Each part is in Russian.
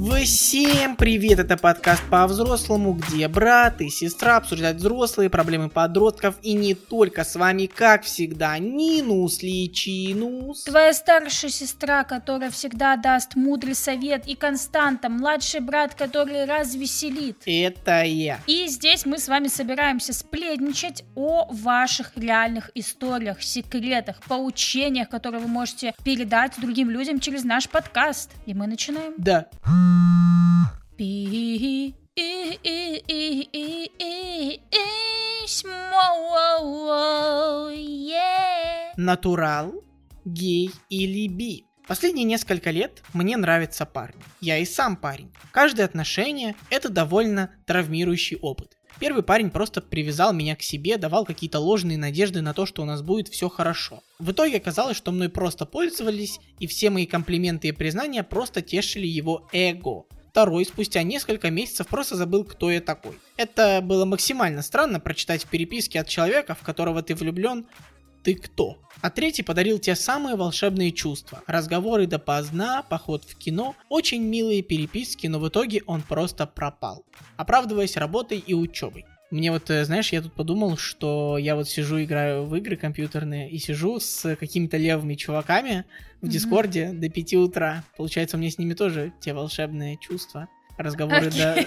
Всем привет, это подкаст по-взрослому, где брат и сестра обсуждают взрослые проблемы подростков и не только. С вами, как всегда, Нинус Личинус. Твоя старшая сестра, которая всегда даст мудрый совет, и Константа, младший брат, который развеселит. Это я. И здесь мы с вами собираемся сплетничать о ваших реальных историях, секретах, поучениях, которые вы можете передать другим людям через наш подкаст. И мы начинаем. Да. Натурал, гей или би? Последние несколько лет мне нравятся парни. Я и сам парень. Каждое отношение – это довольно травмирующий опыт. Первый парень просто привязал меня к себе, давал какие-то ложные надежды на то, что у нас будет все хорошо. В итоге оказалось, что мной просто пользовались, и все мои комплименты и признания просто тешили его эго. Второй, спустя несколько месяцев, просто забыл, кто я такой. Это было максимально странно прочитать в переписке от человека, в которого ты влюблен, ты кто? А третий подарил те самые волшебные чувства. Разговоры допоздна, поход в кино, очень милые переписки, но в итоге он просто пропал, оправдываясь работой и учебой. Мне вот, знаешь, я тут подумал, что я вот сижу, играю в игры компьютерные и сижу с какими-то левыми чуваками в Дискорде до 5 утра. Получается, у меня с ними тоже те волшебные чувства. Разговоры, да.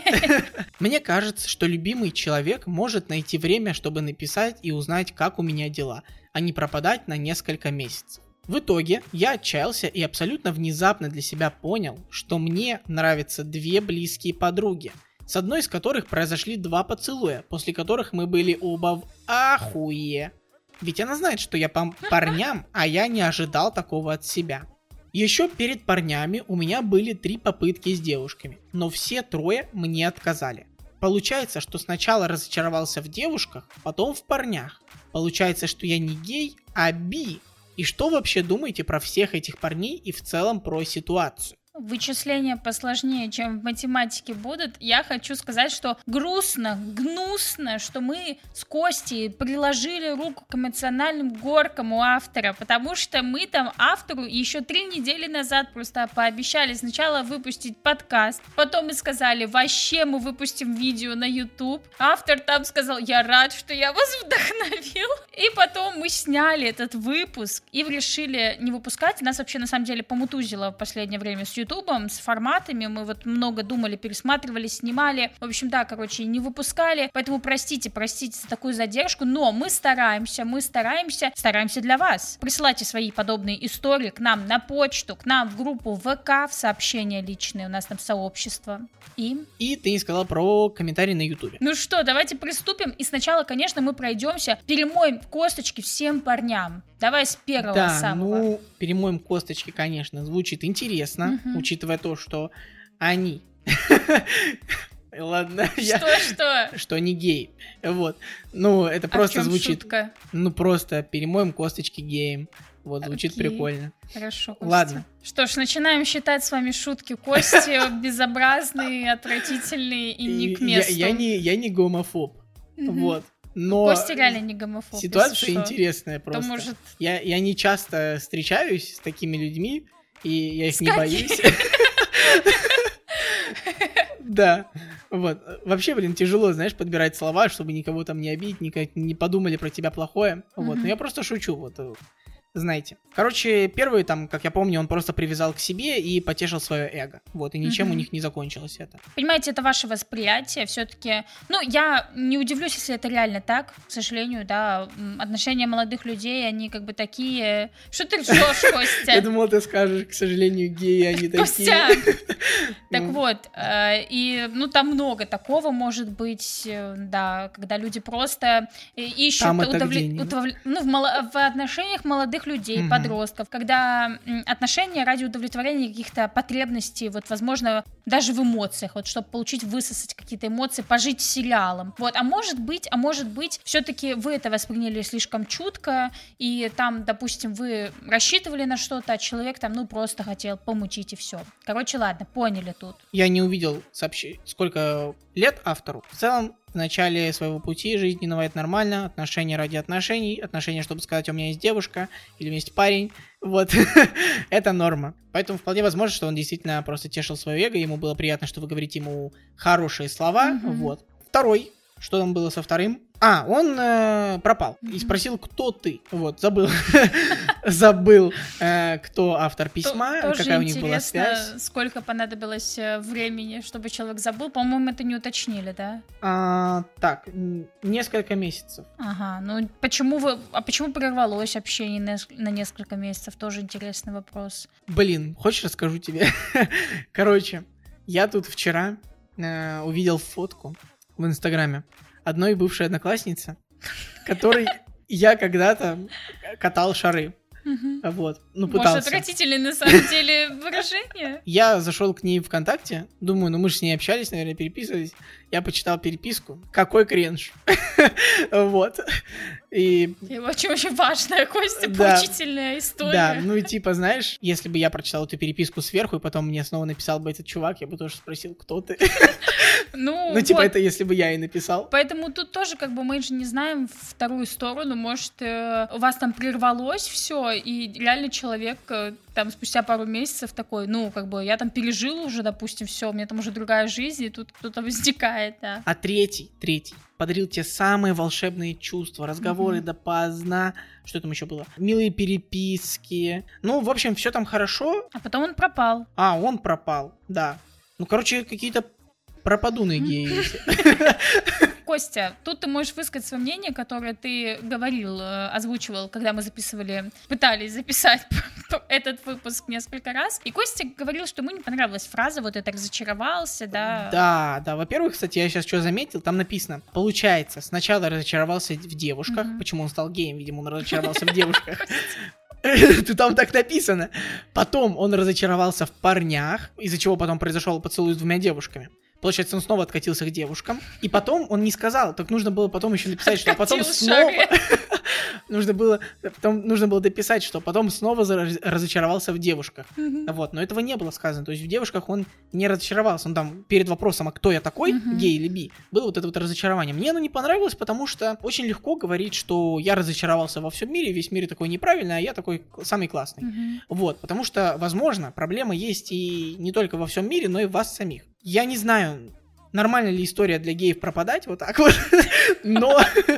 Мне кажется, что любимый человек может найти время, чтобы написать и узнать, как у меня дела, а не пропадать на несколько месяцев. В итоге я отчаялся и абсолютно внезапно для себя понял, что мне нравятся две близкие подруги, с одной из которых произошли 2 поцелуя, после которых мы были оба в ахуе. Ведь она знает, что я по парням, а я не ожидал такого от себя. Еще перед парнями у меня были 3 попытки с девушками, но все 3 мне отказали. Получается, что сначала разочаровался в девушках, потом в парнях. Получается, что я не гей, а би. И что вообще думаете про всех этих парней и в целом про ситуацию? Вычисления посложнее, чем в математике будут. Я хочу сказать, что грустно, гнусно, что мы с Костей приложили руку к эмоциональным горкам у автора, потому что мы там автору еще 3 недели назад просто пообещали сначала выпустить подкаст, потом мы сказали, вообще мы выпустим видео на YouTube. Автор там сказал, я рад, что я вас вдохновил. И потом мы сняли этот выпуск и решили не выпускать. Нас вообще на самом деле помутузило в последнее время с YouTube, с форматами, мы вот много думали, пересматривали, снимали, в общем, да, короче, не выпускали, поэтому простите за такую задержку, но мы стараемся для вас. Присылайте свои подобные истории к нам на почту, к нам в группу ВК, в сообщения личные, у нас там сообщество. И ты не сказала про комментарии на YouTube. Ну что, давайте приступим, и сначала, конечно, мы пройдемся, перемоем косточки всем парням. Давай с первого самого. Перемоем косточки, конечно, звучит интересно, учитывая то, что они... Ладно, что они геи. Вот. Ну, это просто звучит... Шутка? Ну, просто перемоем косточки геям. Вот, звучит прикольно. Хорошо, Костя. Ладно. Что ж, начинаем считать с вами шутки Кости безобразные, отвратительные и не к месту. Я не гомофоб. Вот. Но Костя реально не гомофоб. Ситуация интересная просто. Может... Я не часто встречаюсь с такими людьми, и я их не боюсь. Да, вот. Вообще, тяжело, знаешь, подбирать слова, чтобы никого там не обидеть, не подумали про тебя плохое. Вот, но я просто шучу, вот. Знаете. Короче, первый там, как я помню, он просто привязал к себе и потешил свое эго. Вот, и ничем у них не закончилось это. Понимаете, это ваше восприятие все-таки. Ну, я не удивлюсь, если это реально так. К сожалению, да, отношения молодых людей, они как бы такие... Что ты ржешь, Костя? Я думал, ты скажешь, к сожалению, геи, они такие. Костя! Так вот, и, там много такого может быть, да, когда люди просто ищут удовлетворение. В отношениях молодых людей, подростков, когда отношения ради удовлетворения каких-то потребностей, вот, возможно, даже в эмоциях, вот, чтобы высосать какие-то эмоции, пожить сериалом. Вот, а может быть, все-таки вы это восприняли слишком чутко, и там, допустим, вы рассчитывали на что-то, а человек там, просто хотел помутить и все. Короче, ладно, понял. поняли тут? Я не увидел сколько лет автору. В целом, в начале своего пути жизненного это нормально. Отношения ради отношений. Отношения, чтобы сказать, у меня есть девушка или у меня есть парень. Вот. Это норма. Поэтому вполне возможно, что он действительно просто тешил свое эго. Ему было приятно, что вы говорите ему хорошие слова. Вот. Второй. Что там было со вторым? Он пропал. И спросил, кто ты. Вот, забыл. Забыл, кто автор письма, какая у них была связь. Тоже интересно, сколько понадобилось времени, чтобы человек забыл. По-моему, это не уточнили, да? Так, несколько месяцев. Ага, ну почему прервалось общение на несколько месяцев? Тоже интересный вопрос. Блин, хочешь, расскажу тебе? Короче, я тут вчера увидел фотку в Инстаграме одной бывшей одноклассницы, которой я когда-то катал шары. Вот. Ну, пытался. Может, отвратительные на самом деле выражения? Я зашел к ней ВКонтакте, думаю, мы же с ней общались, наверное, переписывались. Я почитал переписку. Какой кринж. Вот. И очень важная, Костя, поучительная история. Да, ну и типа, знаешь, если бы я прочитал эту переписку сверху, и потом мне снова написал бы этот чувак, я бы тоже спросил, кто ты. Ну, типа, это если бы я и написал. Поэтому тут тоже, как бы, мы же не знаем вторую сторону. Может, у вас там прервалось все, и реально человек там спустя пару месяцев такой, ну, как бы, я там пережил уже, допустим, все, у меня там уже другая жизнь, и тут кто-то возникает, да. А третий подарил те самые волшебные чувства, разговоры допоздна, что там еще было? Милые переписки. Ну, в общем, все там хорошо. А потом он пропал. Он пропал, да. Ну, короче, какие-то пропадуны геи. Костя, тут ты можешь высказать свое мнение, которое ты говорил, озвучивал, когда мы пытались записать этот выпуск несколько раз. И Костя говорил, что ему не понравилась фраза, вот это разочаровался, да. Да. Во-первых, кстати, я сейчас что заметил, там написано, получается, сначала разочаровался в девушках. Почему он стал геем? Видимо, он разочаровался в девушках. Там так написано. Потом он разочаровался в парнях, из-за чего потом произошел поцелуй с 2 девушками. Получается, он снова откатился к девушкам. И потом он не сказал, так нужно было потом еще написать, что потом снова... нужно было дописать, что потом снова разочаровался в девушках. Вот, но этого не было сказано. То есть в девушках он не разочаровался. Он там перед вопросом, а кто я такой, гей или би, было вот это вот разочарование. Мне оно не понравилось, потому что очень легко говорить, что я разочаровался во всем мире, весь мир такой неправильный, а я такой самый классный. Вот, потому что, возможно, проблема есть и не только во всем мире, но и в вас самих. Я не знаю, нормальна ли история для геев пропадать вот так вот, но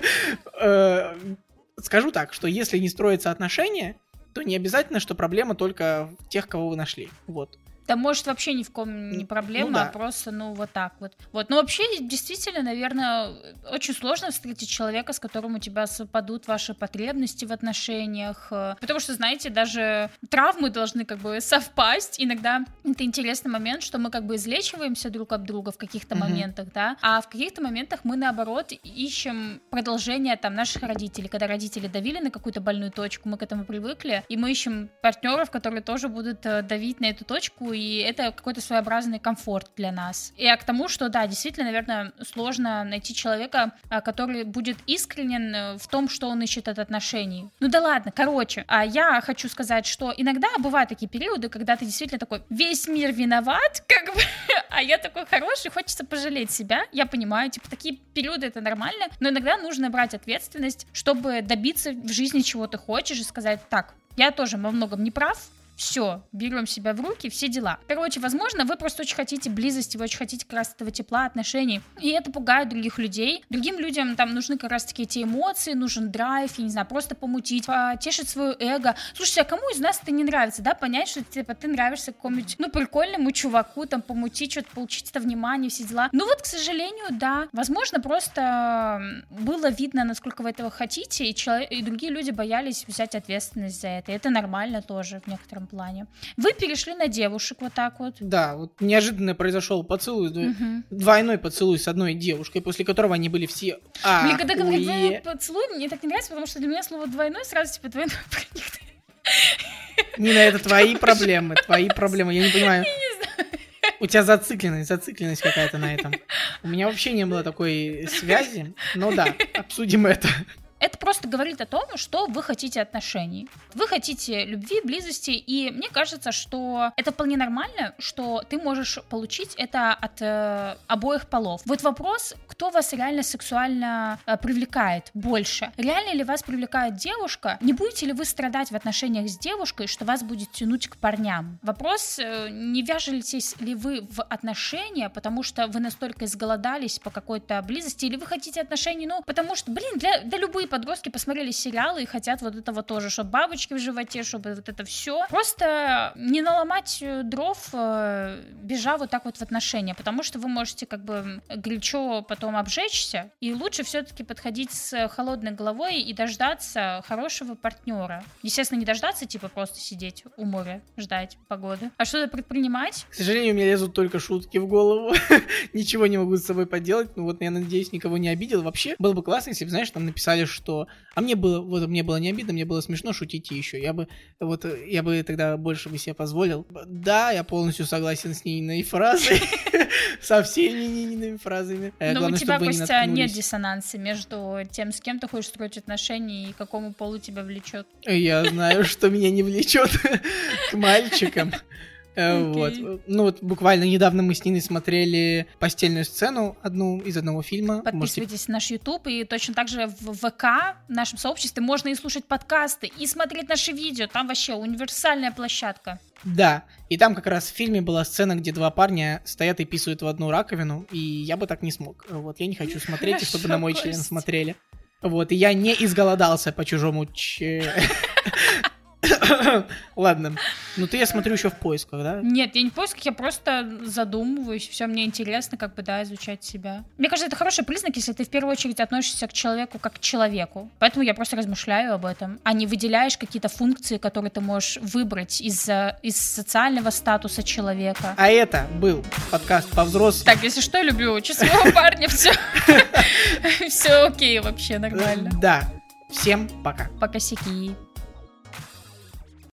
скажу так, что если не строятся отношения, то не обязательно, что проблема только в тех, кого вы нашли. Вот. Да, может, вообще ни в ком не проблема, а просто, вот так вот. Вот, ну, вообще, действительно, наверное, очень сложно встретить человека, с которым у тебя совпадут ваши потребности в отношениях, потому что, знаете, даже травмы должны как бы совпасть. Иногда это интересный момент, что мы как бы излечиваемся друг от друга в каких-то моментах, да, а в каких-то моментах мы, наоборот, ищем продолжение там наших родителей. Когда родители давили на какую-то больную точку, мы к этому привыкли, и мы ищем партнеров, которые тоже будут давить на эту точку, и это какой-то своеобразный комфорт для нас. И к тому, что, да, действительно, наверное, сложно найти человека, который будет искренен в том, что он ищет от отношений. Ну да ладно, короче, я хочу сказать, что иногда бывают такие периоды, когда ты действительно такой, весь мир виноват, как бы, а я такой хороший, хочется пожалеть себя, я понимаю, типа, такие периоды это нормально, но иногда нужно брать ответственность, чтобы добиться в жизни чего ты хочешь и сказать, так, я тоже во многом не прав, все, берем себя в руки, все дела. Короче, возможно, вы просто очень хотите близости, вы очень хотите как раз этого тепла, отношений, и это пугает других людей. Другим людям там нужны как раз-таки эти эмоции, нужен драйв, я не знаю, просто помутить, потешить свое эго. Слушайте, а кому из нас это не нравится, да, понять, что типа ты нравишься какому-нибудь, прикольному чуваку, там, помутить, что-то получить это внимание, все дела. Ну вот, к сожалению, да, возможно, просто было видно, насколько вы этого хотите, и другие люди боялись взять ответственность за это, и это нормально тоже в некотором плане. Вы перешли на девушек вот так вот. Да, вот неожиданно произошел поцелуй, двойной поцелуй с одной девушкой, после которого они были все Блин, когда говорят двойной поцелуй, мне так не нравится, потому что для меня слово двойной сразу типа двойной проникнет. Нина, это твои проблемы, я не понимаю. У тебя зацикленность какая-то на этом. У меня вообще не было такой связи, но да, обсудим это. Это просто говорит о том, что вы хотите отношений. Вы хотите любви, близости, и мне кажется, что это вполне нормально, что ты можешь получить это от обоих полов. Вот вопрос, кто вас реально сексуально привлекает больше. Реально ли вас привлекает девушка? Не будете ли вы страдать в отношениях с девушкой, что вас будет тянуть к парням? Вопрос, не вяжетесь ли вы в отношения, потому что вы настолько изголодались по какой-то близости, или вы хотите отношений, потому что, да любые подростки посмотрели сериалы и хотят вот этого тоже, чтобы бабочки в животе, чтобы вот это все. Просто не наломать дров, бежа вот так вот в отношения, потому что вы можете как бы горячо потом обжечься, и лучше все-таки подходить с холодной головой и дождаться хорошего партнера. Естественно, не дождаться, типа просто сидеть у моря, ждать погоды, а что-то предпринимать. К сожалению, мне лезут только шутки в голову. Ничего не могу с собой поделать. Я надеюсь, никого не обидел. Вообще, было бы классно, если бы, знаешь, там написали, что... мне было не обидно, мне было смешно, шутите еще. Я бы тогда больше бы себе позволил. Да, я полностью согласен с Нининой фразой. Со всеми Ниниными фразами. Но у тебя, Костя, нет диссонанса между тем, с кем ты хочешь строить отношения и к какому полу тебя влечет. Я знаю, что меня не влечет к мальчикам. Вот. Буквально недавно мы с Ниной смотрели постельную сцену из одного фильма. Подписывайтесь на наш YouTube, и точно так же в ВК, в нашем сообществе, можно и слушать подкасты, и смотреть наши видео. Там вообще универсальная площадка. Да, и там как раз в фильме была сцена, где два парня стоят и писают в одну раковину, и я бы так не смог. Я не хочу смотреть, чтобы на мой член смотрели. И я не изголодался по чужому Ладно. Ты, я смотрю, еще в поисках, да? Нет, я не в поисках, я просто задумываюсь. Все, мне интересно, изучать себя. Мне кажется, это хороший признак, если ты в первую очередь относишься к человеку как к человеку. Поэтому я просто размышляю об этом, а не выделяешь какие-то функции, которые ты можешь выбрать из социального статуса человека. А это был подкаст по-взрослому. Так, если что, люблю очень своего парня, все. Все окей, вообще нормально. Да. Всем пока. Пока-сяки.